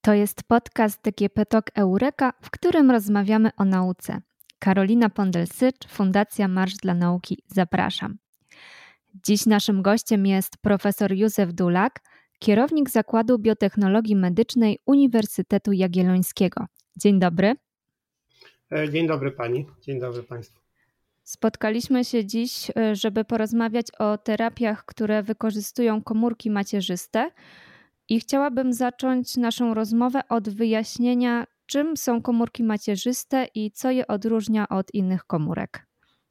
To jest podcast DGP Talk Eureka, w którym rozmawiamy o nauce. Karolina Pondel-Sycz, Fundacja Marsz dla Nauki. Zapraszam. Dziś naszym gościem jest profesor Józef Dulak, kierownik Zakładu Biotechnologii Medycznej Uniwersytetu Jagiellońskiego. Dzień dobry. Dzień dobry pani, dzień dobry państwu. Spotkaliśmy się dziś, żeby porozmawiać o terapiach, które wykorzystują komórki macierzyste. I chciałabym zacząć naszą rozmowę od wyjaśnienia, czym są komórki macierzyste i co je odróżnia od innych komórek.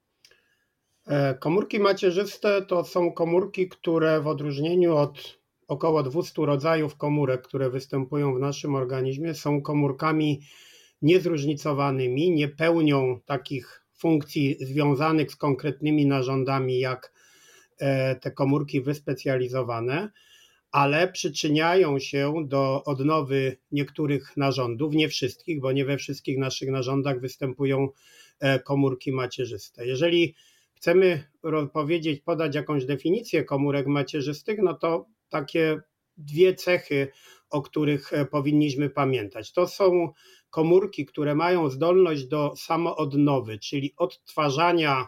Komórki macierzyste to są komórki, które w odróżnieniu od około 200 rodzajów komórek, które występują w naszym organizmie, są komórkami niezróżnicowanymi, nie pełnią takich funkcji związanych z konkretnymi narządami jak te komórki wyspecjalizowane, ale przyczyniają się do odnowy niektórych narządów, nie wszystkich, bo nie we wszystkich naszych narządach występują komórki macierzyste. Jeżeli chcemy podać jakąś definicję komórek macierzystych, no to takie dwie cechy, o których powinniśmy pamiętać. To są komórki, które mają zdolność do samoodnowy, czyli odtwarzania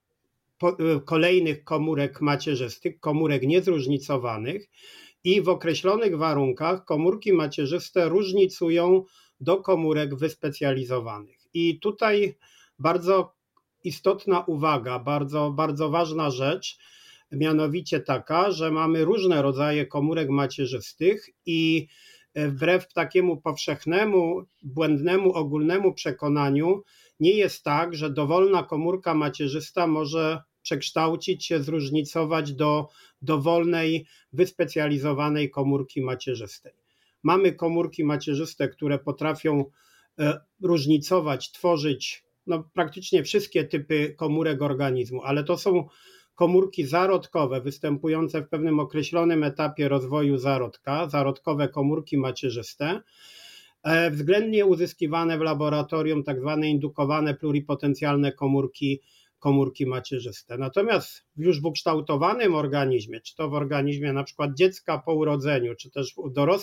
kolejnych komórek macierzystych, komórek niezróżnicowanych, i w określonych warunkach komórki macierzyste różnicują do komórek wyspecjalizowanych. I tutaj bardzo istotna uwaga, bardzo ważna rzecz, mianowicie taka, że mamy różne rodzaje komórek macierzystych i wbrew takiemu powszechnemu, błędnemu, ogólnemu przekonaniu nie jest tak, że dowolna komórka macierzysta może przekształcić się, zróżnicować do dowolnej, wyspecjalizowanej komórki macierzystej. Mamy komórki macierzyste, które potrafią różnicować, tworzyć praktycznie wszystkie typy komórek organizmu, ale to są komórki zarodkowe, występujące w pewnym określonym etapie rozwoju zarodka, zarodkowe komórki macierzyste, względnie uzyskiwane w laboratorium, tak zwane indukowane pluripotencjalne komórki macierzyste. Natomiast już w ukształtowanym organizmie, czy to w organizmie na przykład dziecka po urodzeniu, czy też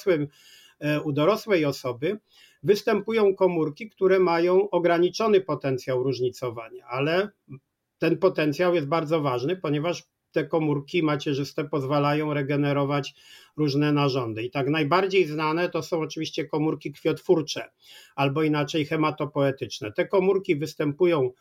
u dorosłej osoby, występują komórki, które mają ograniczony potencjał różnicowania, ale ten potencjał jest bardzo ważny, ponieważ te komórki macierzyste pozwalają regenerować różne narządy. I tak najbardziej znane to są oczywiście komórki krwiotwórcze, albo inaczej hematopoetyczne. Te komórki występują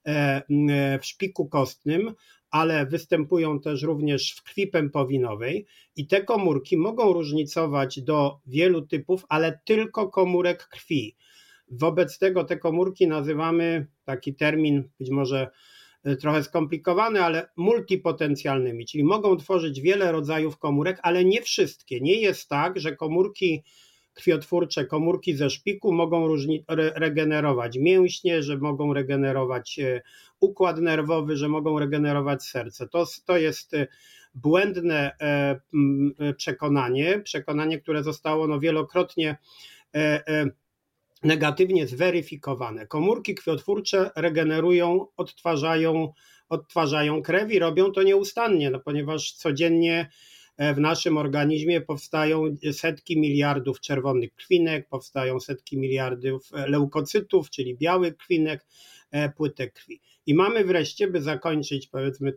w szpiku kostnym, ale występują też również w krwi pępowinowej i te komórki mogą różnicować do wielu typów, ale tylko komórek krwi. Wobec tego te komórki nazywamy, taki termin być może trochę skomplikowany, ale multipotencjalnymi, czyli mogą tworzyć wiele rodzajów komórek, ale nie wszystkie. Nie jest tak, że komórki krwiotwórcze, komórki ze szpiku mogą regenerować mięśnie, że mogą regenerować układ nerwowy, że mogą regenerować serce. To jest błędne przekonanie, które zostało wielokrotnie negatywnie zweryfikowane. Komórki krwiotwórcze regenerują, odtwarzają krew i robią to nieustannie, ponieważ codziennie w naszym organizmie powstają setki miliardów czerwonych krwinek, powstają setki miliardów leukocytów, czyli białych krwinek, płytek krwi. I mamy wreszcie, by zakończyć powiedzmy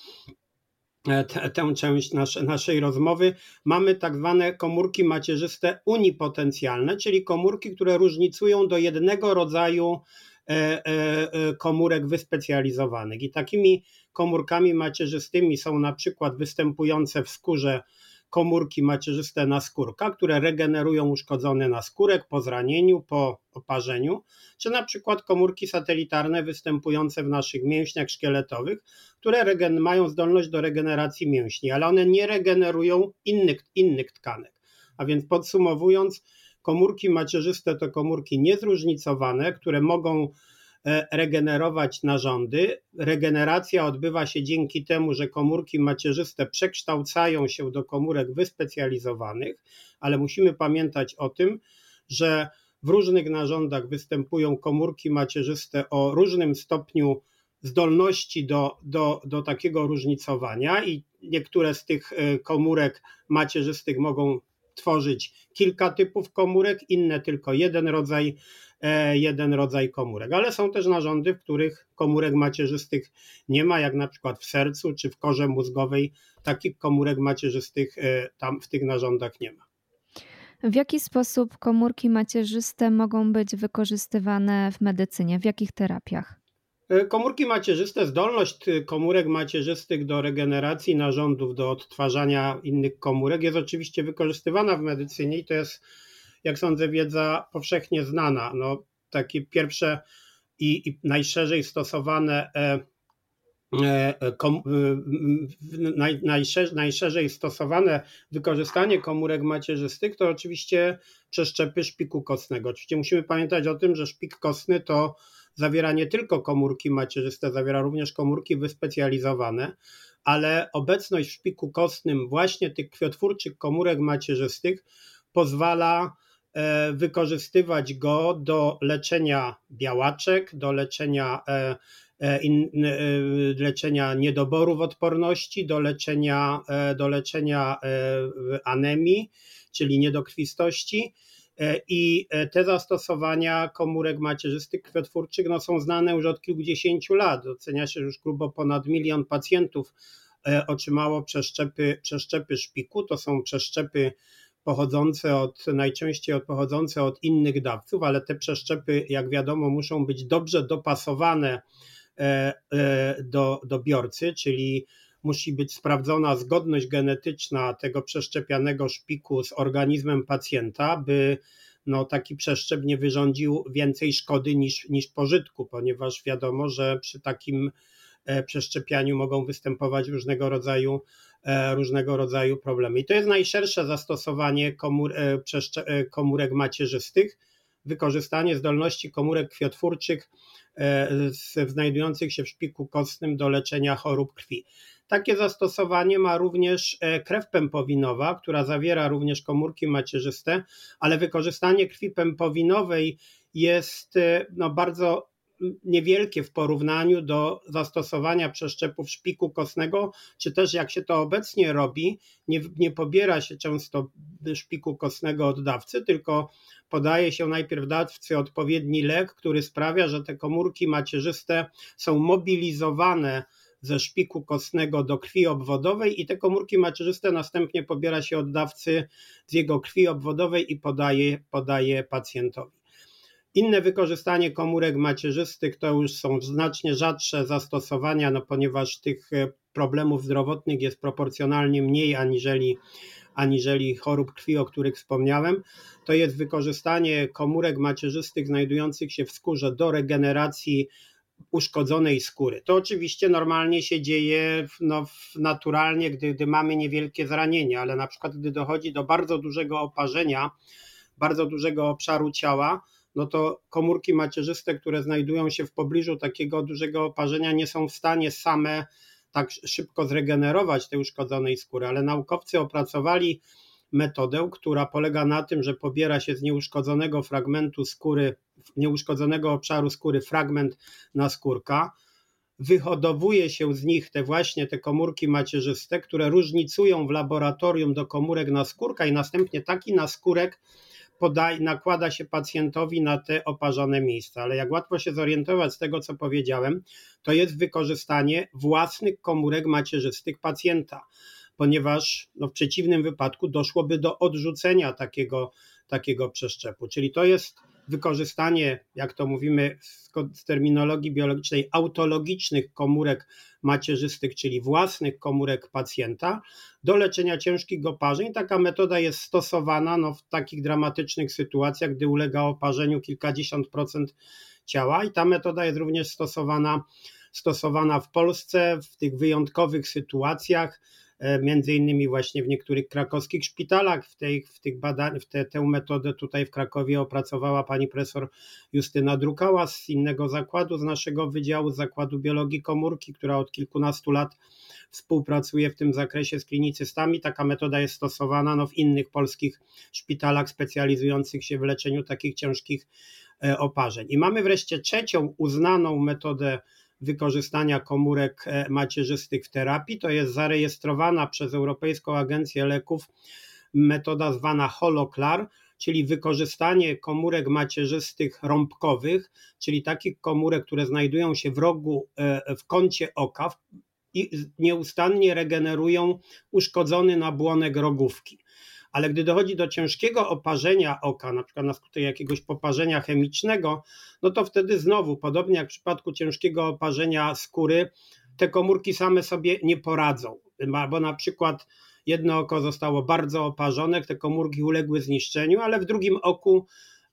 tę część naszej rozmowy, mamy tak zwane komórki macierzyste unipotencjalne, czyli komórki, które różnicują do jednego rodzaju komórek wyspecjalizowanych. I takimi komórkami macierzystymi są na przykład występujące w skórze komórki macierzyste naskórka, które regenerują uszkodzony naskórek po zranieniu, po oparzeniu, czy na przykład komórki satelitarne występujące w naszych mięśniach szkieletowych, które mają zdolność do regeneracji mięśni, ale one nie regenerują innych tkanek. A więc podsumowując, komórki macierzyste to komórki niezróżnicowane, które mogą regenerować narządy. Regeneracja odbywa się dzięki temu, że komórki macierzyste przekształcają się do komórek wyspecjalizowanych, ale musimy pamiętać o tym, że w różnych narządach występują komórki macierzyste o różnym stopniu zdolności do takiego różnicowania i niektóre z tych komórek macierzystych mogą tworzyć kilka typów komórek, inne tylko jeden rodzaj komórek. Ale są też narządy, w których komórek macierzystych nie ma, jak na przykład w sercu czy w korze mózgowej. Takich komórek macierzystych tam w tych narządach nie ma. W jaki sposób komórki macierzyste mogą być wykorzystywane w medycynie? W jakich terapiach? Komórki macierzyste, zdolność komórek macierzystych do regeneracji narządów, do odtwarzania innych komórek jest oczywiście wykorzystywana w medycynie i to jest, jak sądzę, wiedza powszechnie znana. Takie pierwsze i najszerzej stosowane najszerzej stosowane wykorzystanie komórek macierzystych to oczywiście przeszczepy szpiku kostnego. Oczywiście musimy pamiętać o tym, że szpik kostny to zawiera nie tylko komórki macierzyste, zawiera również komórki wyspecjalizowane, ale obecność w szpiku kostnym właśnie tych krwiotwórczych komórek macierzystych pozwala wykorzystywać go do leczenia białaczek, do leczenia niedoborów odporności, do leczenia anemii, czyli niedokrwistości. I te zastosowania komórek macierzystych krwiotwórczych są znane już od kilkudziesięciu lat. Ocenia się, że już grubo ponad 1 milion pacjentów otrzymało przeszczepy szpiku. To są przeszczepy najczęściej pochodzące od innych dawców, ale te przeszczepy, jak wiadomo, muszą być dobrze dopasowane do biorcy, czyli musi być sprawdzona zgodność genetyczna tego przeszczepianego szpiku z organizmem pacjenta, by taki przeszczep nie wyrządził więcej szkody niż pożytku, ponieważ wiadomo, że przy takim przeszczepianiu mogą występować różnego rodzaju problemy. I to jest najszersze zastosowanie komórek macierzystych, wykorzystanie zdolności komórek krwiotwórczych znajdujących się w szpiku kostnym do leczenia chorób krwi. Takie zastosowanie ma również krew pępowinowa, która zawiera również komórki macierzyste, ale wykorzystanie krwi pępowinowej jest bardzo niewielkie w porównaniu do zastosowania przeszczepów szpiku kostnego, czy też jak się to obecnie robi, nie pobiera się często szpiku kostnego od dawcy, tylko podaje się najpierw dawcy odpowiedni lek, który sprawia, że te komórki macierzyste są mobilizowane ze szpiku kostnego do krwi obwodowej i te komórki macierzyste następnie pobiera się od dawcy z jego krwi obwodowej i podaje pacjentowi. Inne wykorzystanie komórek macierzystych to już są znacznie rzadsze zastosowania, ponieważ tych problemów zdrowotnych jest proporcjonalnie mniej aniżeli chorób krwi, o których wspomniałem. To jest wykorzystanie komórek macierzystych znajdujących się w skórze do regeneracji uszkodzonej skóry. To oczywiście normalnie się dzieje naturalnie, gdy mamy niewielkie zranienie, ale na przykład gdy dochodzi do bardzo dużego oparzenia, bardzo dużego obszaru ciała, to komórki macierzyste, które znajdują się w pobliżu takiego dużego oparzenia, nie są w stanie same tak szybko zregenerować tej uszkodzonej skóry, ale naukowcy opracowali metodę, która polega na tym, że pobiera się z nieuszkodzonego fragmentu skóry, nieuszkodzonego obszaru skóry fragment naskórka, wyhodowuje się z nich te komórki macierzyste, które różnicują w laboratorium do komórek naskórka i następnie taki naskórek nakłada się pacjentowi na te oparzone miejsca. Ale jak łatwo się zorientować z tego, co powiedziałem, to jest wykorzystanie własnych komórek macierzystych pacjenta, ponieważ w przeciwnym wypadku doszłoby do odrzucenia takiego przeszczepu. Czyli to jest wykorzystanie, jak to mówimy z terminologii biologicznej, autologicznych komórek macierzystych, czyli własnych komórek pacjenta do leczenia ciężkich oparzeń. Taka metoda jest stosowana w takich dramatycznych sytuacjach, gdy ulega oparzeniu kilkadziesiąt procent ciała i ta metoda jest również stosowana w Polsce w tych wyjątkowych sytuacjach, między innymi właśnie w niektórych krakowskich szpitalach. Tę metodę tutaj w Krakowie opracowała pani profesor Justyna Drukała z innego zakładu, z naszego wydziału, z Zakładu Biologii Komórki, która od kilkunastu lat współpracuje w tym zakresie z klinicystami. Taka metoda jest stosowana w innych polskich szpitalach specjalizujących się w leczeniu takich ciężkich oparzeń. I mamy wreszcie trzecią uznaną metodę wykorzystania komórek macierzystych w terapii. To jest zarejestrowana przez Europejską Agencję Leków metoda zwana holoklar, czyli wykorzystanie komórek macierzystych rąbkowych, czyli takich komórek, które znajdują się w rogu, w kącie oka i nieustannie regenerują uszkodzony nabłonek rogówki. Ale gdy dochodzi do ciężkiego oparzenia oka, na przykład na skutek jakiegoś poparzenia chemicznego, no to wtedy znowu, podobnie jak w przypadku ciężkiego oparzenia skóry, te komórki same sobie nie poradzą, bo na przykład jedno oko zostało bardzo oparzone, te komórki uległy zniszczeniu, ale w drugim oku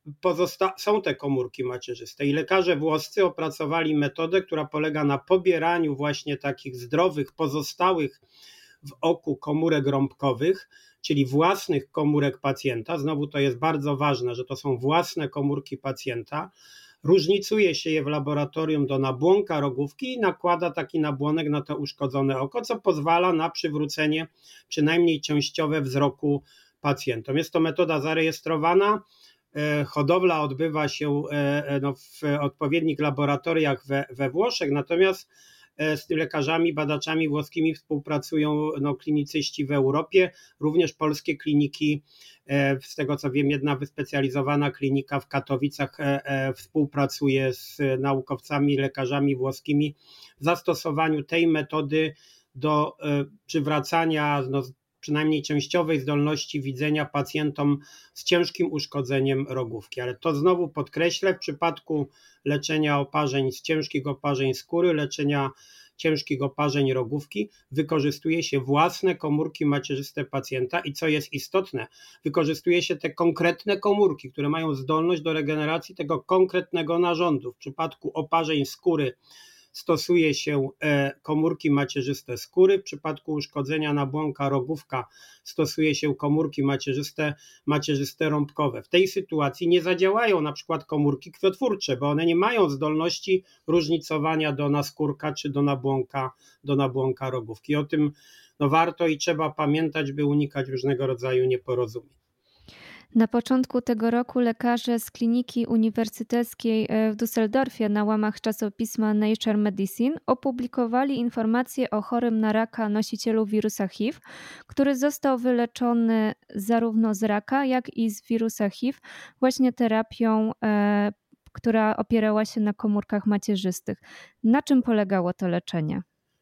są te komórki macierzyste i lekarze włoscy opracowali metodę, która polega na pobieraniu właśnie takich zdrowych, pozostałych w oku komórek rąbkowych, czyli własnych komórek pacjenta. Znowu to jest bardzo ważne, że to są własne komórki pacjenta. Różnicuje się je w laboratorium do nabłonka rogówki i nakłada taki nabłonek na to uszkodzone oko, co pozwala na przywrócenie przynajmniej częściowe wzroku pacjentom. Jest to metoda zarejestrowana. Hodowla odbywa się w odpowiednich laboratoriach we Włoszech, natomiast z lekarzami, badaczami włoskimi współpracują klinicyści w Europie, również polskie kliniki, z tego co wiem, jedna wyspecjalizowana klinika w Katowicach współpracuje z naukowcami, lekarzami włoskimi w zastosowaniu tej metody do przywracania przynajmniej częściowej zdolności widzenia pacjentom z ciężkim uszkodzeniem rogówki. Ale to znowu podkreślę, w przypadku leczenia oparzeń, z ciężkich oparzeń skóry, leczenia ciężkich oparzeń rogówki, wykorzystuje się własne komórki macierzyste pacjenta i co jest istotne, wykorzystuje się te konkretne komórki, które mają zdolność do regeneracji tego konkretnego narządu. W przypadku oparzeń skóry stosuje się komórki macierzyste skóry, w przypadku uszkodzenia nabłonka rogówka stosuje się komórki macierzyste rąbkowe. W tej sytuacji nie zadziałają na przykład komórki krwiotwórcze, bo one nie mają zdolności różnicowania do naskórka czy do nabłonka rogówki. O tym warto i trzeba pamiętać, by unikać różnego rodzaju nieporozumień. Na początku tego roku lekarze z Kliniki Uniwersyteckiej w Düsseldorfie na łamach czasopisma Nature Medicine opublikowali informacje o chorym na raka nosicielu wirusa HIV, który został wyleczony zarówno z raka, jak i z wirusa HIV właśnie terapią, która opierała się na komórkach macierzystych. Na czym polegało to leczenie?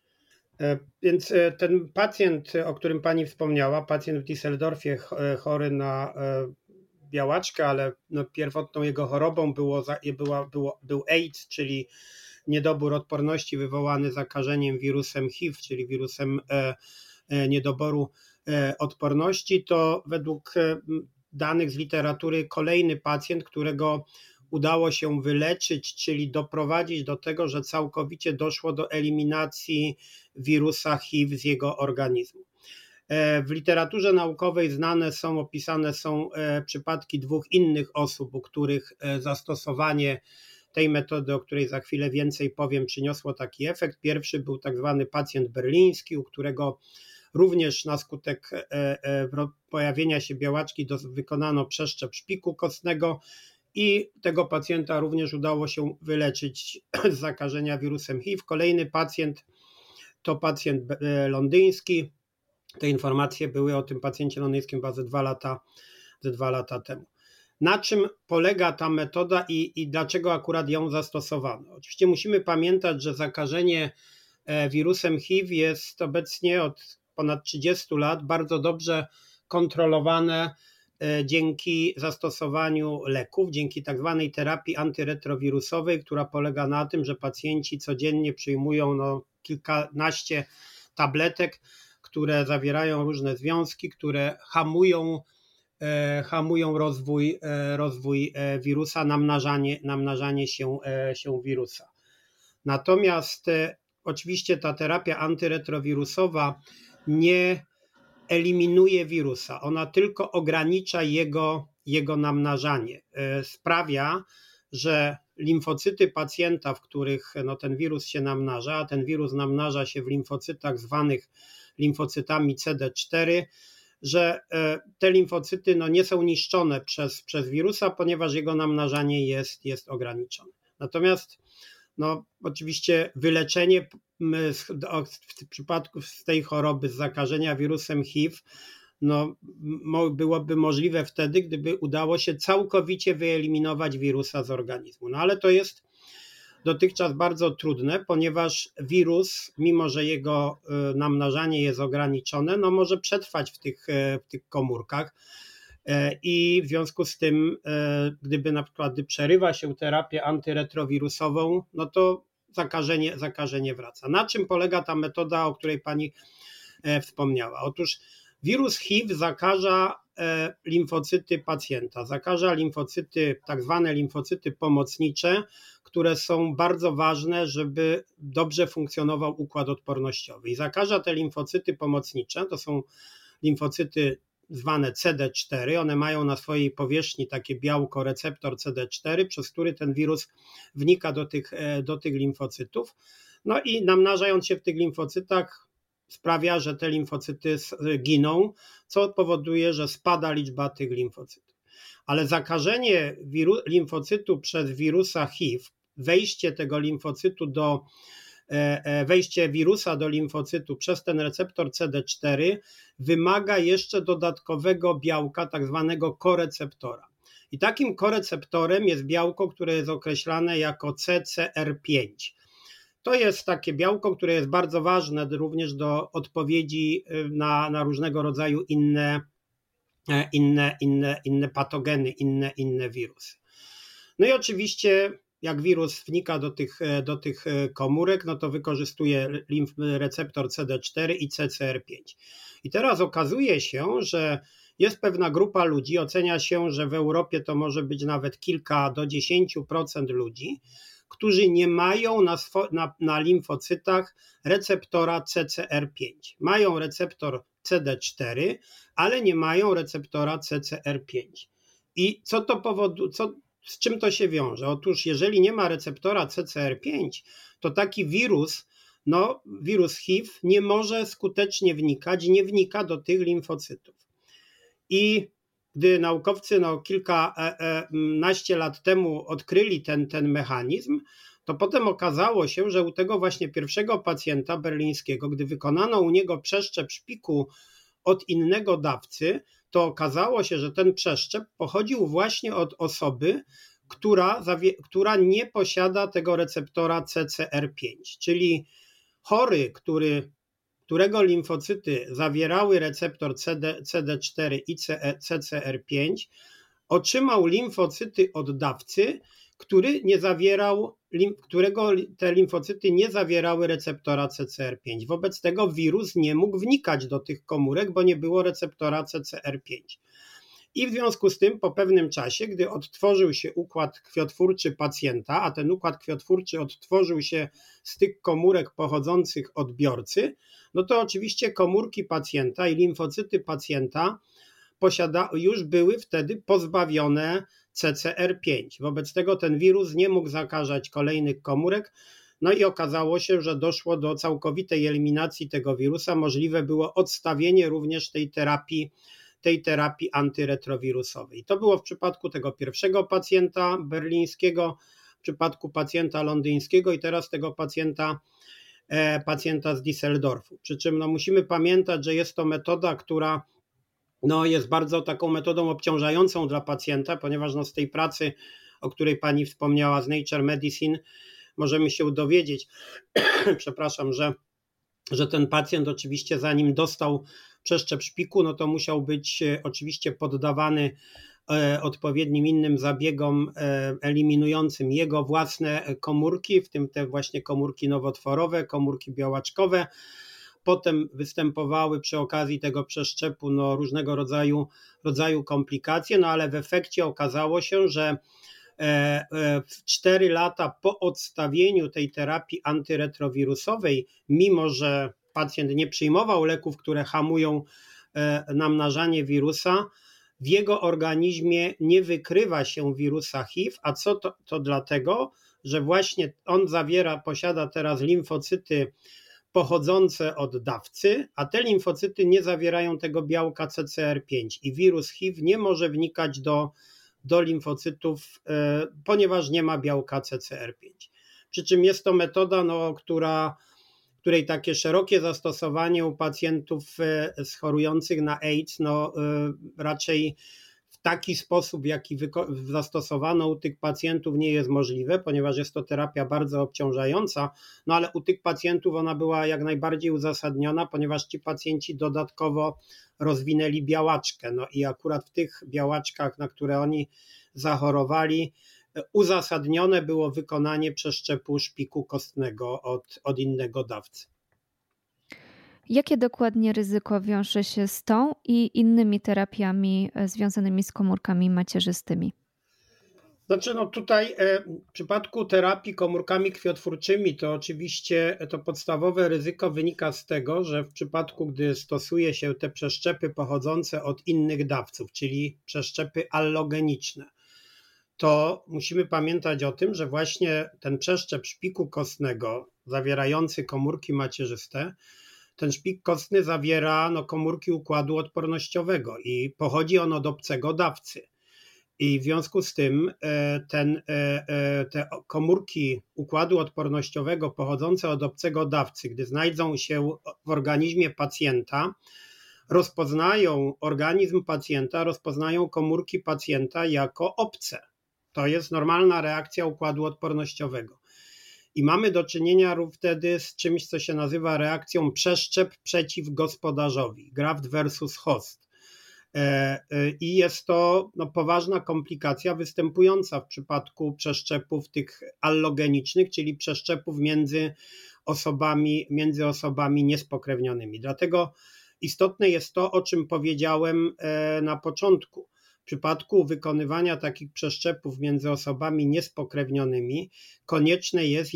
Więc ten pacjent, o którym pani wspomniała, pacjent w Düsseldorfie chory na białaczkę, ale pierwotną jego chorobą był AIDS, czyli niedobór odporności wywołany zakażeniem wirusem HIV, czyli wirusem niedoboru odporności, to według danych z literatury kolejny pacjent, którego udało się wyleczyć, czyli doprowadzić do tego, że całkowicie doszło do eliminacji wirusa HIV z jego organizmu. W literaturze naukowej opisane są przypadki dwóch innych osób, u których zastosowanie tej metody, o której za chwilę więcej powiem, przyniosło taki efekt. Pierwszy był tak zwany pacjent berliński, u którego również na skutek pojawienia się białaczki wykonano przeszczep szpiku kostnego i tego pacjenta również udało się wyleczyć z zakażenia wirusem HIV. Kolejny pacjent to pacjent londyński. Te informacje były o tym pacjencie londyńskim ze 2 lata temu. Na czym polega ta metoda i dlaczego akurat ją zastosowano? Oczywiście musimy pamiętać, że zakażenie wirusem HIV jest obecnie od ponad 30 lat bardzo dobrze kontrolowane dzięki zastosowaniu leków, dzięki tak zwanej terapii antyretrowirusowej, która polega na tym, że pacjenci codziennie przyjmują kilkanaście tabletek, które zawierają różne związki, które hamują rozwój wirusa, namnażanie się wirusa. Natomiast oczywiście ta terapia antyretrowirusowa nie eliminuje wirusa, ona tylko ogranicza jego namnażanie. Sprawia, że limfocyty pacjenta, w których ten wirus się namnaża, a ten wirus namnaża się w limfocytach zwanych limfocytami CD4, że te limfocyty nie są niszczone przez wirusa, ponieważ jego namnażanie jest ograniczone. Natomiast oczywiście wyleczenie w przypadku z tej choroby, z zakażenia wirusem HIV, byłoby możliwe wtedy, gdyby udało się całkowicie wyeliminować wirusa z organizmu. No ale to jest dotychczas bardzo trudne, ponieważ wirus, mimo że jego namnażanie jest ograniczone, może przetrwać w tych komórkach. I w związku z tym, gdyby na przykład przerywa się terapię antyretrowirusową, to zakażenie wraca. Na czym polega ta metoda, o której pani wspomniała? Otóż wirus HIV zakaża limfocyty pacjenta, zakaża limfocyty, tak zwane limfocyty pomocnicze, które są bardzo ważne, żeby dobrze funkcjonował układ odpornościowy. I zakaża te limfocyty pomocnicze, to są limfocyty zwane CD4, one mają na swojej powierzchni takie białko, receptor CD4, przez który ten wirus wnika do tych limfocytów. I namnażając się w tych limfocytach sprawia, że te limfocyty giną, co powoduje, że spada liczba tych limfocytów. Ale zakażenie limfocytu przez wirusa HIV, wejście wirusa do limfocytu przez ten receptor CD4 wymaga jeszcze dodatkowego białka, tak zwanego koreceptora. I takim koreceptorem jest białko, które jest określane jako CCR5. To jest takie białko, które jest bardzo ważne również do odpowiedzi na różnego rodzaju inne patogeny, inne wirusy. I oczywiście jak wirus wnika do tych komórek, to wykorzystuje receptor CD4 i CCR5. I teraz okazuje się, że jest pewna grupa ludzi, ocenia się, że w Europie to może być nawet kilka do 10% ludzi, którzy nie mają na limfocytach receptora CCR5. Mają receptor CD4, ale nie mają receptora CCR5. I z czym to się wiąże? Otóż jeżeli nie ma receptora CCR5, to taki wirus HIV nie może skutecznie wnikać, nie wnika do tych limfocytów. I gdy naukowcy kilkanaście lat temu odkryli ten mechanizm, to potem okazało się, że u tego właśnie pierwszego pacjenta berlińskiego, gdy wykonano u niego przeszczep szpiku od innego dawcy, to okazało się, że ten przeszczep pochodził właśnie od osoby, która nie posiada tego receptora CCR5, czyli chory, którego limfocyty zawierały receptor CD4 i CCR5, otrzymał limfocyty od dawcy, którego te limfocyty nie zawierały receptora CCR5. Wobec tego wirus nie mógł wnikać do tych komórek, bo nie było receptora CCR5. I w związku z tym po pewnym czasie, gdy odtworzył się układ krwiotwórczy pacjenta, a ten układ krwiotwórczy odtworzył się z tych komórek pochodzących od odbiorcy, to oczywiście komórki pacjenta i limfocyty pacjenta już były wtedy pozbawione CCR5. Wobec tego ten wirus nie mógł zakażać kolejnych komórek, i okazało się, że doszło do całkowitej eliminacji tego wirusa. Możliwe było odstawienie również tej terapii antyretrowirusowej. To było w przypadku tego pierwszego pacjenta berlińskiego, w przypadku pacjenta londyńskiego i teraz tego pacjenta z Düsseldorfu. Przy czym musimy pamiętać, że jest to metoda, która jest bardzo taką metodą obciążającą dla pacjenta, ponieważ z tej pracy, o której pani wspomniała, z Nature Medicine, możemy się dowiedzieć, przepraszam, że ten pacjent oczywiście zanim dostał przeszczep szpiku, to musiał być oczywiście poddawany odpowiednim innym zabiegom eliminującym jego własne komórki, w tym te właśnie komórki nowotworowe, komórki białaczkowe. Potem występowały przy okazji tego przeszczepu różnego rodzaju komplikacje, ale w efekcie okazało się, że 4 lata po odstawieniu tej terapii antyretrowirusowej, mimo że pacjent nie przyjmował leków, które hamują namnażanie wirusa, w jego organizmie nie wykrywa się wirusa HIV, a co to dlatego, że właśnie on posiada teraz limfocyty pochodzące od dawcy, a te limfocyty nie zawierają tego białka CCR5 i wirus HIV nie może wnikać do limfocytów, ponieważ nie ma białka CCR5. Przy czym jest to metoda, która której takie szerokie zastosowanie u pacjentów chorujących na AIDS raczej w taki sposób, w jaki zastosowano u tych pacjentów, nie jest możliwe, ponieważ jest to terapia bardzo obciążająca, no ale u tych pacjentów ona była jak najbardziej uzasadniona, ponieważ ci pacjenci dodatkowo rozwinęli białaczkę. No i akurat w tych białaczkach, na które oni zachorowali, uzasadnione było wykonanie przeszczepu szpiku kostnego od innego dawcy. Jakie dokładnie ryzyko wiąże się z tą i innymi terapiami związanymi z komórkami macierzystymi? Znaczy, tutaj w przypadku terapii komórkami krwiotwórczymi to oczywiście to podstawowe ryzyko wynika z tego, że w przypadku, gdy stosuje się te przeszczepy pochodzące od innych dawców, czyli przeszczepy allogeniczne, to musimy pamiętać o tym, że właśnie ten przeszczep szpiku kostnego zawierający komórki macierzyste, ten szpik kostny zawiera komórki układu odpornościowego i pochodzi on od obcego dawcy. I w związku z tym te komórki układu odpornościowego pochodzące od obcego dawcy, gdy znajdą się w organizmie pacjenta, rozpoznają organizm pacjenta, rozpoznają komórki pacjenta jako obce. To jest normalna reakcja układu odpornościowego. I mamy do czynienia wtedy z czymś, co się nazywa reakcją przeszczep przeciw gospodarzowi, graft versus host. I jest to poważna komplikacja występująca w przypadku przeszczepów tych allogenicznych, czyli przeszczepów między osobami niespokrewnionymi. Dlatego istotne jest to, o czym powiedziałem na początku. W przypadku wykonywania takich przeszczepów między osobami niespokrewnionymi konieczne jest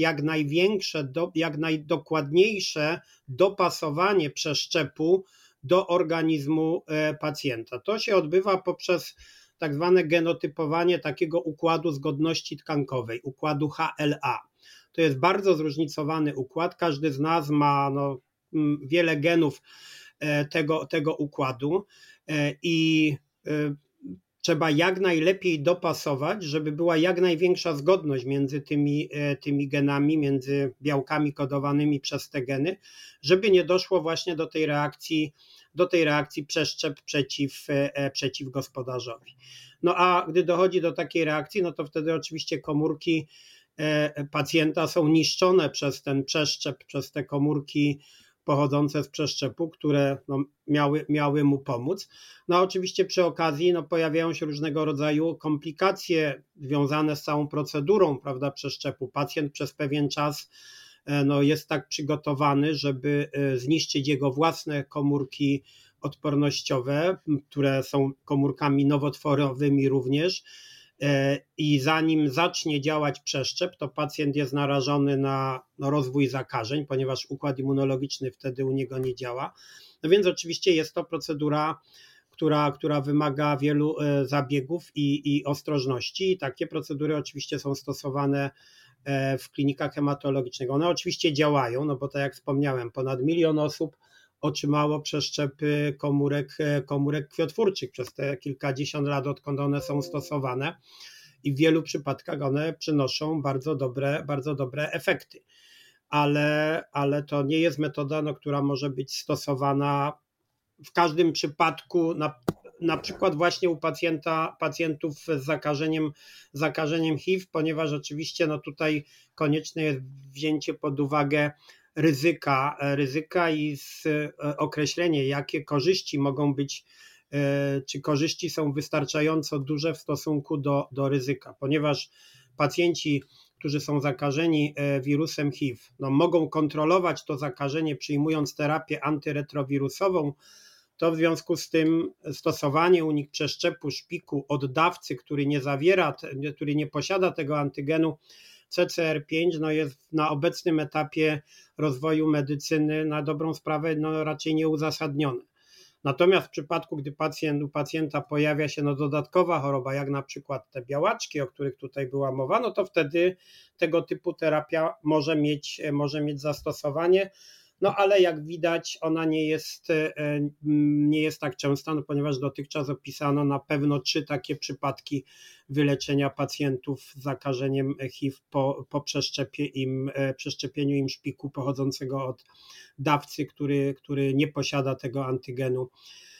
jak najdokładniejsze dopasowanie przeszczepu do organizmu pacjenta. To się odbywa poprzez tak zwane genotypowanie takiego układu zgodności tkankowej, układu HLA. To jest bardzo zróżnicowany układ, każdy z nas ma wiele genów tego układu i trzeba jak najlepiej dopasować, żeby była jak największa zgodność między tymi genami, między białkami kodowanymi przez te geny, żeby nie doszło właśnie do tej reakcji przeszczep przeciw gospodarzowi. No a gdy dochodzi do takiej reakcji, to wtedy oczywiście komórki pacjenta są niszczone przez ten przeszczep, przez te komórki pochodzące z przeszczepu, które miały mu pomóc. No oczywiście przy okazji pojawiają się różnego rodzaju komplikacje związane z całą procedurą, prawda, przeszczepu. Pacjent przez pewien czas jest tak przygotowany, żeby zniszczyć jego własne komórki odpornościowe, które są komórkami nowotworowymi również. I zanim zacznie działać przeszczep, to pacjent jest narażony na rozwój zakażeń, ponieważ układ immunologiczny wtedy u niego nie działa. No więc oczywiście jest to procedura, która wymaga wielu zabiegów i ostrożności. I takie procedury oczywiście są stosowane w klinikach hematologicznych. One oczywiście działają, bo tak jak wspomniałem, ponad 1 000 000 osób otrzymało przeszczepy komórek krwiotwórczych przez te kilkadziesiąt lat, odkąd one są stosowane i w wielu przypadkach one przynoszą bardzo dobre efekty. Ale to nie jest metoda, która może być stosowana w każdym przypadku, na przykład właśnie u pacjentów z zakażeniem HIV, ponieważ oczywiście czy konieczne jest wzięcie pod uwagę ryzyka i określenie, jakie korzyści mogą być, czy korzyści są wystarczająco duże w stosunku do ryzyka, ponieważ pacjenci, którzy są zakażeni wirusem HIV, mogą kontrolować to zakażenie przyjmując terapię antyretrowirusową, to w związku z tym stosowanie u nich przeszczepu szpiku od dawcy, który nie posiada tego antygenu CCR5, jest na obecnym etapie rozwoju medycyny na dobrą sprawę raczej nieuzasadnione. Natomiast w przypadku, gdy u pacjenta pojawia się dodatkowa choroba, jak na przykład te białaczki, o których tutaj była mowa, to wtedy tego typu terapia może mieć zastosowanie. no ale jak widać ona nie jest tak częsta, no, ponieważ dotychczas opisano na pewno 3 takie przypadki wyleczenia pacjentów z zakażeniem HIV po przeszczepieniu im szpiku pochodzącego od dawcy, który nie posiada tego antygenu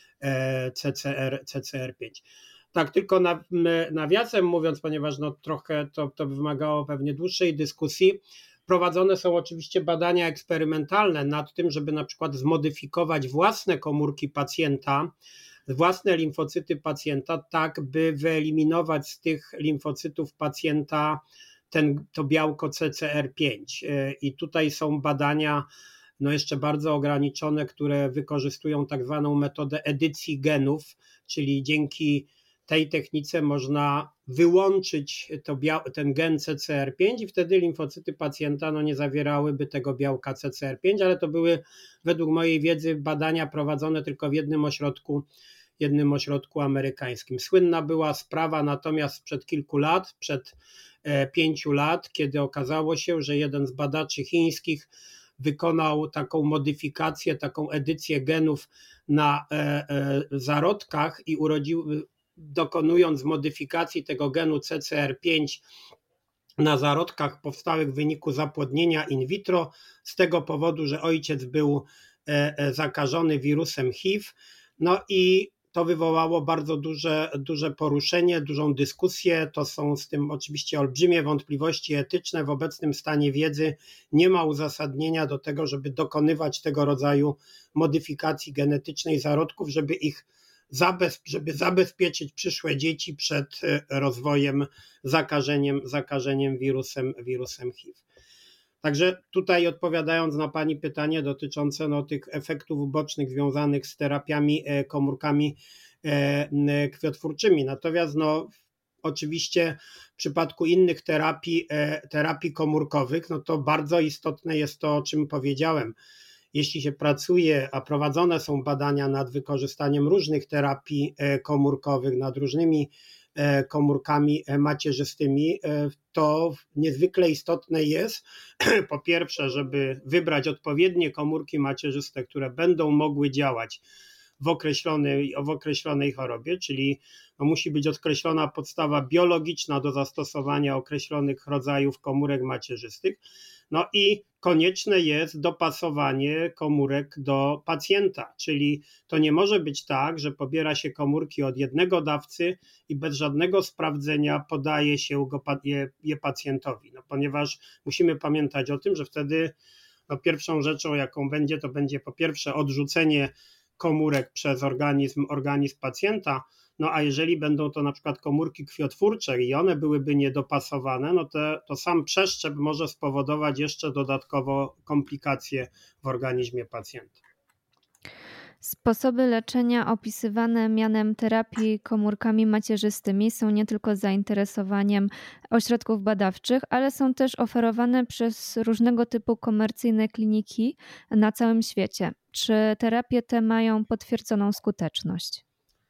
CCR5. Tak, tylko nawiasem mówiąc, ponieważ no trochę to wymagało pewnie dłuższej dyskusji, prowadzone są oczywiście badania eksperymentalne nad tym, żeby na przykład zmodyfikować własne komórki pacjenta, własne limfocyty pacjenta, tak by wyeliminować z tych limfocytów pacjenta to białko CCR5. I tutaj są badania no jeszcze bardzo ograniczone, które wykorzystują tak zwaną metodę edycji genów, czyli dzięki tej technice można wyłączyć ten gen CCR5 i wtedy limfocyty pacjenta no nie zawierałyby tego białka CCR5, ale to były według mojej wiedzy badania prowadzone tylko w jednym ośrodku amerykańskim. Słynna była sprawa natomiast sprzed kilku lat, przed 5 lat, kiedy okazało się, że jeden z badaczy chińskich wykonał taką modyfikację, taką edycję genów na zarodkach i dokonując modyfikacji tego genu CCR5 na zarodkach powstałych w wyniku zapłodnienia in vitro, z tego powodu, że ojciec był zakażony wirusem HIV, no i to wywołało bardzo duże poruszenie, dużą dyskusję, to są z tym oczywiście olbrzymie wątpliwości etyczne, w obecnym stanie wiedzy nie ma uzasadnienia do tego, żeby dokonywać tego rodzaju modyfikacji genetycznej zarodków, żeby zabezpieczyć przyszłe dzieci przed rozwojem, zakażeniem wirusem HIV. Także tutaj odpowiadając na Pani pytanie dotyczące tych efektów ubocznych związanych z terapiami komórkami krwiotwórczymi. Natomiast oczywiście w przypadku innych terapii komórkowych, no to bardzo istotne jest to, o czym powiedziałem. Jeśli się pracuje, a prowadzone są badania nad wykorzystaniem różnych terapii komórkowych, nad różnymi komórkami macierzystymi, to niezwykle istotne jest po pierwsze, żeby wybrać odpowiednie komórki macierzyste, które będą mogły działać w określonej chorobie, czyli musi być określona podstawa biologiczna do zastosowania określonych rodzajów komórek macierzystych. No i konieczne jest dopasowanie komórek do pacjenta, czyli to nie może być tak, że pobiera się komórki od jednego dawcy i bez żadnego sprawdzenia podaje się je pacjentowi, ponieważ musimy pamiętać o tym, że wtedy pierwszą rzeczą, jaką będzie, to będzie po pierwsze odrzucenie komórek przez organizm pacjenta, a jeżeli będą to na przykład komórki krwiotwórcze i one byłyby niedopasowane, to sam przeszczep może spowodować jeszcze dodatkowo komplikacje w organizmie pacjenta. Sposoby leczenia opisywane mianem terapii komórkami macierzystymi są nie tylko zainteresowaniem ośrodków badawczych, ale są też oferowane przez różnego typu komercyjne kliniki na całym świecie. Czy terapie te mają potwierdzoną skuteczność?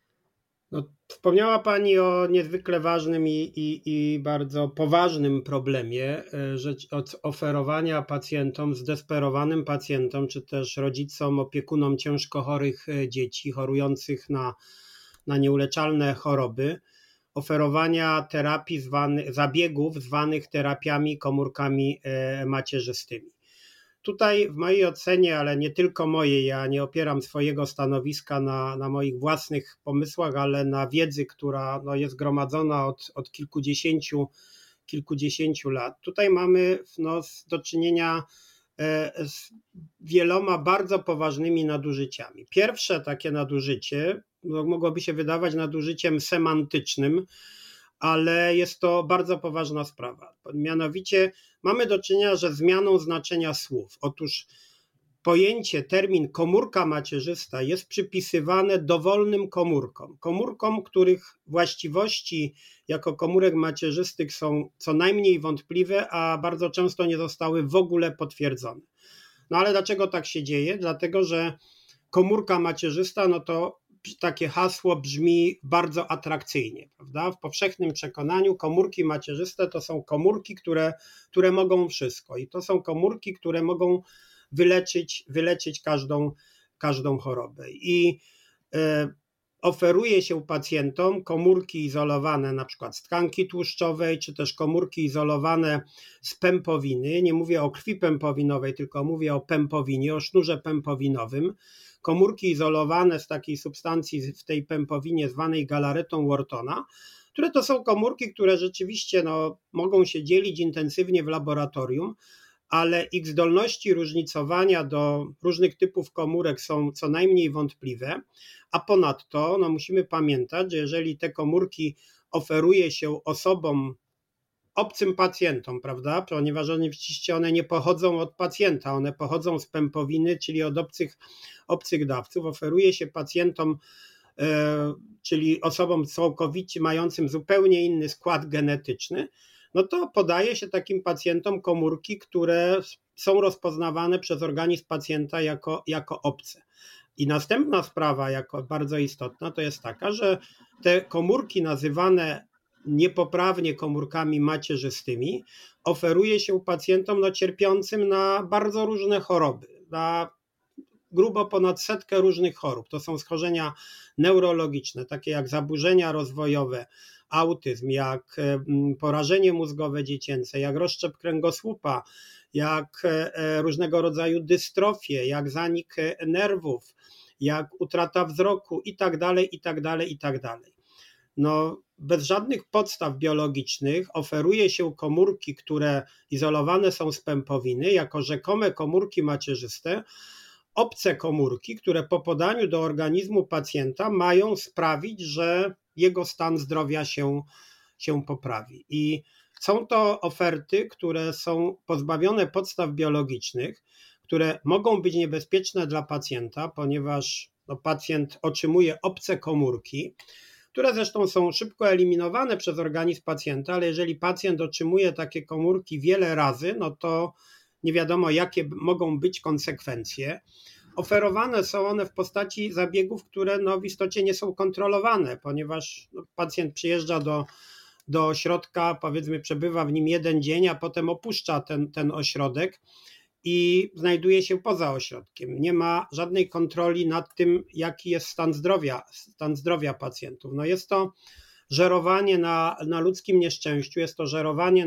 Wspomniała Pani o niezwykle ważnym i bardzo poważnym problemie, że od oferowania pacjentom, zdesperowanym pacjentom, czy też rodzicom, opiekunom ciężko chorych dzieci, chorujących na nieuleczalne choroby, oferowania terapii zabiegów zwanych terapiami komórkami macierzystymi. Tutaj w mojej ocenie, ale nie tylko mojej, ja nie opieram swojego stanowiska na moich własnych pomysłach, ale na wiedzy, która jest gromadzona od kilkudziesięciu lat. Tutaj mamy do czynienia z wieloma bardzo poważnymi nadużyciami. Pierwsze takie nadużycie mogłoby się wydawać nadużyciem semantycznym, ale jest to bardzo poważna sprawa. Mianowicie mamy do czynienia ze zmianą znaczenia słów. Otóż termin komórka macierzysta jest przypisywane dowolnym komórkom, których właściwości jako komórek macierzystych są co najmniej wątpliwe, a bardzo często nie zostały w ogóle potwierdzone. Ale dlaczego tak się dzieje? Dlatego, że komórka macierzysta, to takie hasło brzmi bardzo atrakcyjnie, prawda? W powszechnym przekonaniu komórki macierzyste to są komórki, które mogą wszystko i to są komórki, które mogą wyleczyć każdą chorobę. I oferuje się pacjentom komórki izolowane na przykład z tkanki tłuszczowej, czy też komórki izolowane z pępowiny. Nie mówię o krwi pępowinowej, tylko mówię o pępowinie, o sznurze pępowinowym. Komórki izolowane z takiej substancji w tej pępowinie zwanej galaretą Whartona, które to są komórki, które rzeczywiście mogą się dzielić intensywnie w laboratorium, ale ich zdolności różnicowania do różnych typów komórek są co najmniej wątpliwe, a ponadto musimy pamiętać, że jeżeli te komórki oferuje się osobom, obcym pacjentom, prawda, ponieważ oczywiście one nie pochodzą od pacjenta, one pochodzą z pępowiny, czyli od obcych dawców, oferuje się pacjentom, czyli osobom całkowicie mającym zupełnie inny skład genetyczny, to podaje się takim pacjentom komórki, które są rozpoznawane przez organizm pacjenta jako obce. I następna sprawa, jako bardzo istotna, to jest taka, że te komórki nazywane niepoprawnie komórkami macierzystymi oferuje się pacjentom cierpiącym na bardzo różne choroby, na grubo ponad 100 różnych chorób. To są schorzenia neurologiczne, takie jak zaburzenia rozwojowe, autyzm, jak porażenie mózgowe dziecięce, jak rozszczep kręgosłupa, jak różnego rodzaju dystrofie, jak zanik nerwów, jak utrata wzroku i tak dalej, i tak dalej, i tak dalej. Bez żadnych podstaw biologicznych oferuje się komórki, które izolowane są z pępowiny, jako rzekome komórki macierzyste, obce komórki, które po podaniu do organizmu pacjenta mają sprawić, że jego stan zdrowia się poprawi. I są to oferty, które są pozbawione podstaw biologicznych, które mogą być niebezpieczne dla pacjenta, ponieważ pacjent otrzymuje obce komórki, które zresztą są szybko eliminowane przez organizm pacjenta, ale jeżeli pacjent otrzymuje takie komórki wiele razy, to nie wiadomo, jakie mogą być konsekwencje. Oferowane są one w postaci zabiegów, które w istocie nie są kontrolowane, ponieważ pacjent przyjeżdża do ośrodka, powiedzmy przebywa w nim jeden dzień, a potem opuszcza ten ośrodek i znajduje się poza ośrodkiem. Nie ma żadnej kontroli nad tym, jaki jest stan zdrowia pacjentów. Jest to żerowanie na ludzkim nieszczęściu, jest to żerowanie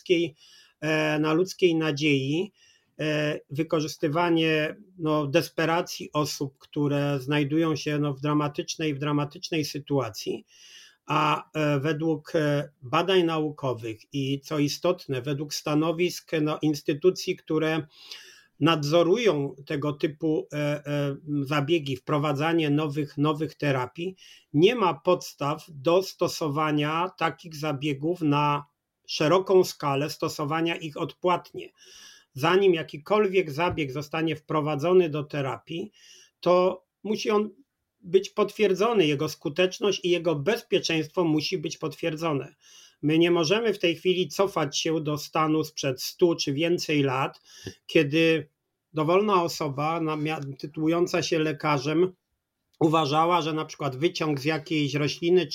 na ludzkiej nadziei, wykorzystywanie desperacji osób, które znajdują się w dramatycznej sytuacji, a według badań naukowych i co istotne, według stanowisk instytucji, które nadzorują tego typu zabiegi, wprowadzanie nowych terapii, nie ma podstaw do stosowania takich zabiegów na szeroką skalę, stosowania ich odpłatnie. Zanim jakikolwiek zabieg zostanie wprowadzony do terapii, to musi on być potwierdzony, jego skuteczność i jego bezpieczeństwo musi być potwierdzone. My nie możemy w tej chwili cofać się do stanu sprzed 100 czy więcej lat, kiedy dowolna osoba tytułująca się lekarzem uważała, że na przykład wyciąg z jakiejś rośliny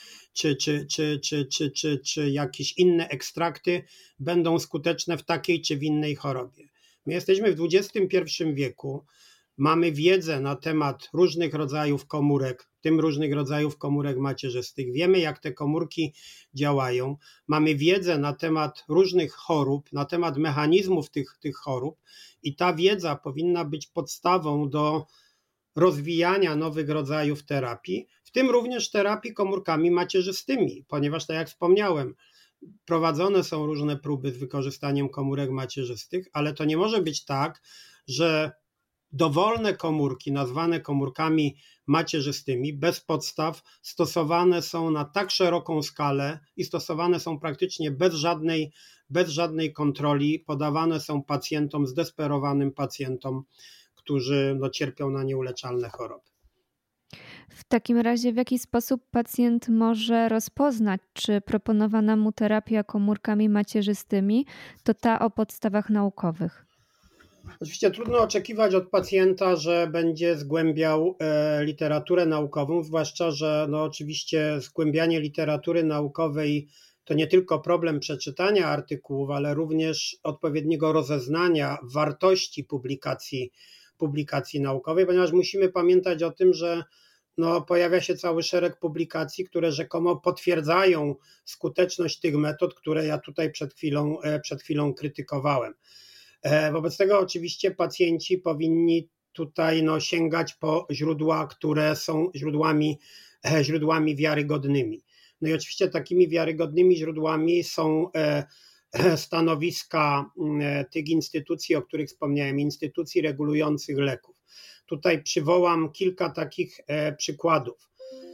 czy jakieś inne ekstrakty będą skuteczne w takiej czy w innej chorobie. My jesteśmy w XXI wieku, mamy wiedzę na temat różnych rodzajów komórek, w tym różnych rodzajów komórek macierzystych. Wiemy, jak te komórki działają. Mamy wiedzę na temat różnych chorób, na temat mechanizmów tych chorób i ta wiedza powinna być podstawą do rozwijania nowych rodzajów terapii, w tym również terapii komórkami macierzystymi, ponieważ tak jak wspomniałem, prowadzone są różne próby z wykorzystaniem komórek macierzystych, ale to nie może być tak, że dowolne komórki nazwane komórkami macierzystymi bez podstaw stosowane są na tak szeroką skalę i stosowane są praktycznie bez żadnej kontroli, podawane są pacjentom, zdesperowanym pacjentom, którzy cierpią na nieuleczalne choroby. W takim razie w jaki sposób pacjent może rozpoznać, czy proponowana mu terapia komórkami macierzystymi to ta o podstawach naukowych? Oczywiście trudno oczekiwać od pacjenta, że będzie zgłębiał literaturę naukową, zwłaszcza, że oczywiście zgłębianie literatury naukowej to nie tylko problem przeczytania artykułów, ale również odpowiedniego rozeznania wartości publikacji naukowej, ponieważ musimy pamiętać o tym, że pojawia się cały szereg publikacji, które rzekomo potwierdzają skuteczność tych metod, które ja tutaj przed chwilą krytykowałem. Wobec tego oczywiście pacjenci powinni tutaj sięgać po źródła, które są źródłami wiarygodnymi. No i oczywiście takimi wiarygodnymi źródłami są stanowiska tych instytucji, o których wspomniałem, instytucji regulujących leków. Tutaj przywołam kilka takich przykładów.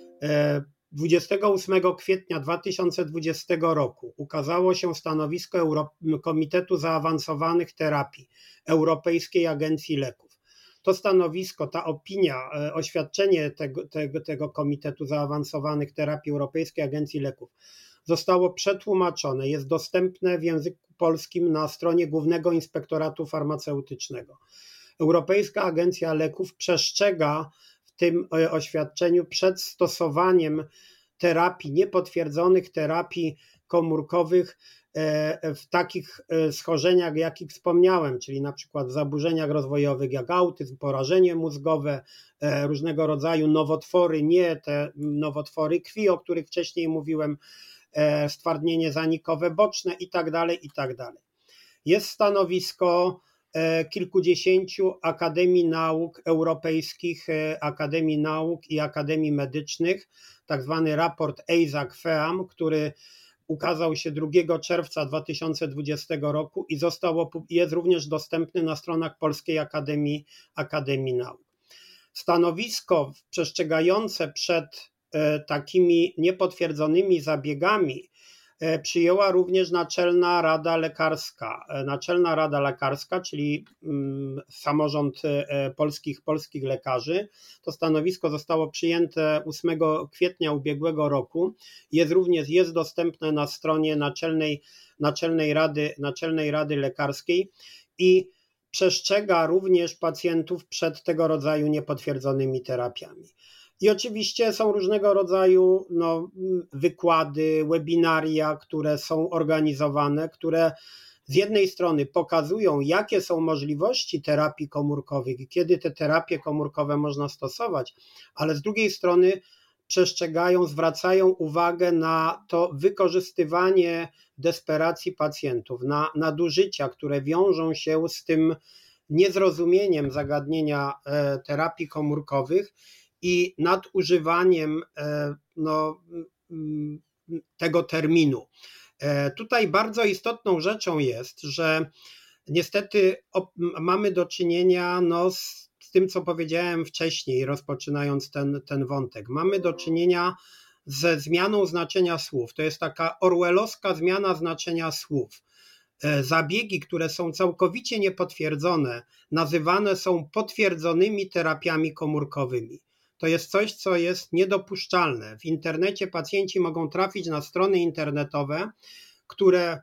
28 kwietnia 2020 roku ukazało się stanowisko Komitetu Zaawansowanych Terapii Europejskiej Agencji Leków. To stanowisko, ta opinia, oświadczenie tego Komitetu Zaawansowanych Terapii Europejskiej Agencji Leków zostało przetłumaczone, jest dostępne w języku polskim na stronie Głównego Inspektoratu Farmaceutycznego. Europejska Agencja Leków przestrzega w tym oświadczeniu przed stosowaniem terapii, niepotwierdzonych terapii komórkowych w takich schorzeniach, jakich wspomniałem, czyli na przykład w zaburzeniach rozwojowych jak autyzm, porażenie mózgowe, różnego rodzaju nowotwory, nie te nowotwory krwi, o których wcześniej mówiłem, stwardnienie zanikowe boczne itd. Jest stanowisko kilkudziesięciu akademii nauk europejskich, akademii nauk i akademii medycznych, tak zwany raport EISAC-FEAM, który ukazał się 2 czerwca 2020 roku i jest również dostępny na stronach Polskiej Akademii Nauk. Stanowisko przestrzegające przed takimi niepotwierdzonymi zabiegami przyjęła również Naczelna Rada Lekarska. Naczelna Rada Lekarska, czyli samorząd polskich lekarzy. To stanowisko zostało przyjęte 8 kwietnia ubiegłego roku. Jest dostępne na stronie Naczelnej Rady Lekarskiej i przestrzega również pacjentów przed tego rodzaju niepotwierdzonymi terapiami. I oczywiście są różnego rodzaju wykłady, webinaria, które są organizowane, które z jednej strony pokazują, jakie są możliwości terapii komórkowych i kiedy te terapie komórkowe można stosować, ale z drugiej strony przestrzegają, zwracają uwagę na to wykorzystywanie desperacji pacjentów, na nadużycia, które wiążą się z tym niezrozumieniem zagadnienia terapii komórkowych i nadużywaniem tego terminu. Tutaj bardzo istotną rzeczą jest, że niestety mamy do czynienia z tym, co powiedziałem wcześniej, rozpoczynając ten wątek. Mamy do czynienia ze zmianą znaczenia słów. To jest taka orwellowska zmiana znaczenia słów. Zabiegi, które są całkowicie niepotwierdzone, nazywane są potwierdzonymi terapiami komórkowymi. To jest coś, co jest niedopuszczalne. W internecie pacjenci mogą trafić na strony internetowe, które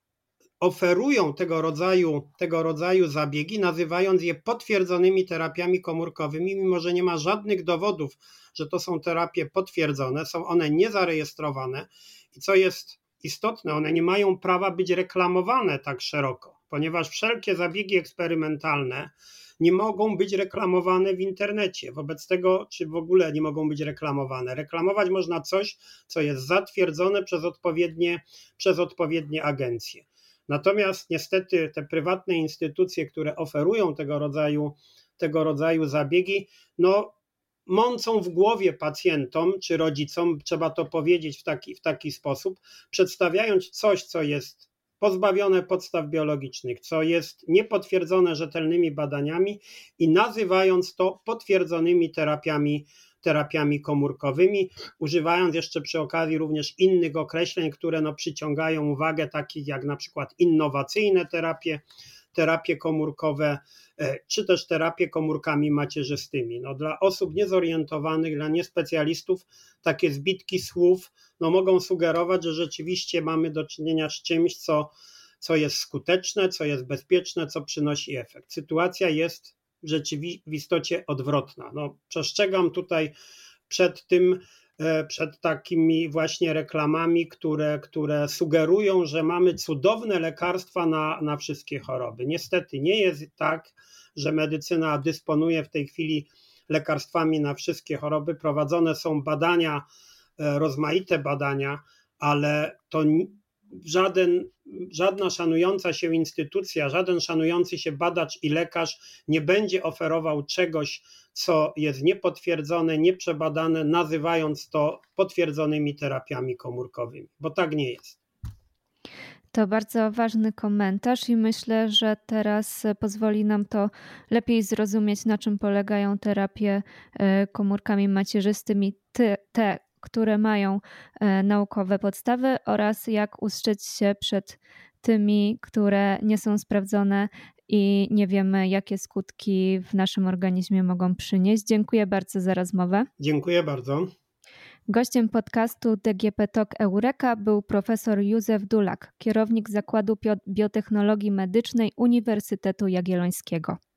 oferują tego rodzaju zabiegi, nazywając je potwierdzonymi terapiami komórkowymi, mimo że nie ma żadnych dowodów, że to są terapie potwierdzone, są one niezarejestrowane i co jest istotne, one nie mają prawa być reklamowane tak szeroko, ponieważ wszelkie zabiegi eksperymentalne nie mogą być reklamowane w internecie. Wobec tego, czy w ogóle nie mogą być reklamowane. Reklamować można coś, co jest zatwierdzone przez odpowiednie agencje. Natomiast niestety te prywatne instytucje, które oferują tego rodzaju zabiegi, mącą w głowie pacjentom czy rodzicom, trzeba to powiedzieć w taki sposób, przedstawiając coś, co jest pozbawione podstaw biologicznych, co jest niepotwierdzone rzetelnymi badaniami i nazywając to potwierdzonymi terapiami komórkowymi, używając jeszcze przy okazji również innych określeń, które przyciągają uwagę, takich jak na przykład innowacyjne terapie komórkowe, czy też terapie komórkami macierzystymi. Dla osób niezorientowanych, dla niespecjalistów takie zbitki słów mogą sugerować, że rzeczywiście mamy do czynienia z czymś, co jest skuteczne, co jest bezpieczne, co przynosi efekt. Sytuacja jest w rzeczywistości odwrotna. Przestrzegam tutaj przed tym przed takimi właśnie reklamami, które sugerują, że mamy cudowne lekarstwa na wszystkie choroby. Niestety nie jest tak, że medycyna dysponuje w tej chwili lekarstwami na wszystkie choroby. Prowadzone są badania, rozmaite badania, ale to żadna szanująca się instytucja, żaden szanujący się badacz i lekarz nie będzie oferował czegoś, co jest niepotwierdzone, nieprzebadane, nazywając to potwierdzonymi terapiami komórkowymi, bo tak nie jest. To bardzo ważny komentarz i myślę, że teraz pozwoli nam to lepiej zrozumieć, na czym polegają terapie komórkami macierzystymi, te, które mają naukowe podstawy, oraz jak ustrzec się przed tymi, które nie są sprawdzone i nie wiemy, jakie skutki w naszym organizmie mogą przynieść. Dziękuję bardzo za rozmowę. Dziękuję bardzo. Gościem podcastu DGP Talk Eureka był profesor Józef Dulak, kierownik Zakładu Biotechnologii Medycznej Uniwersytetu Jagiellońskiego.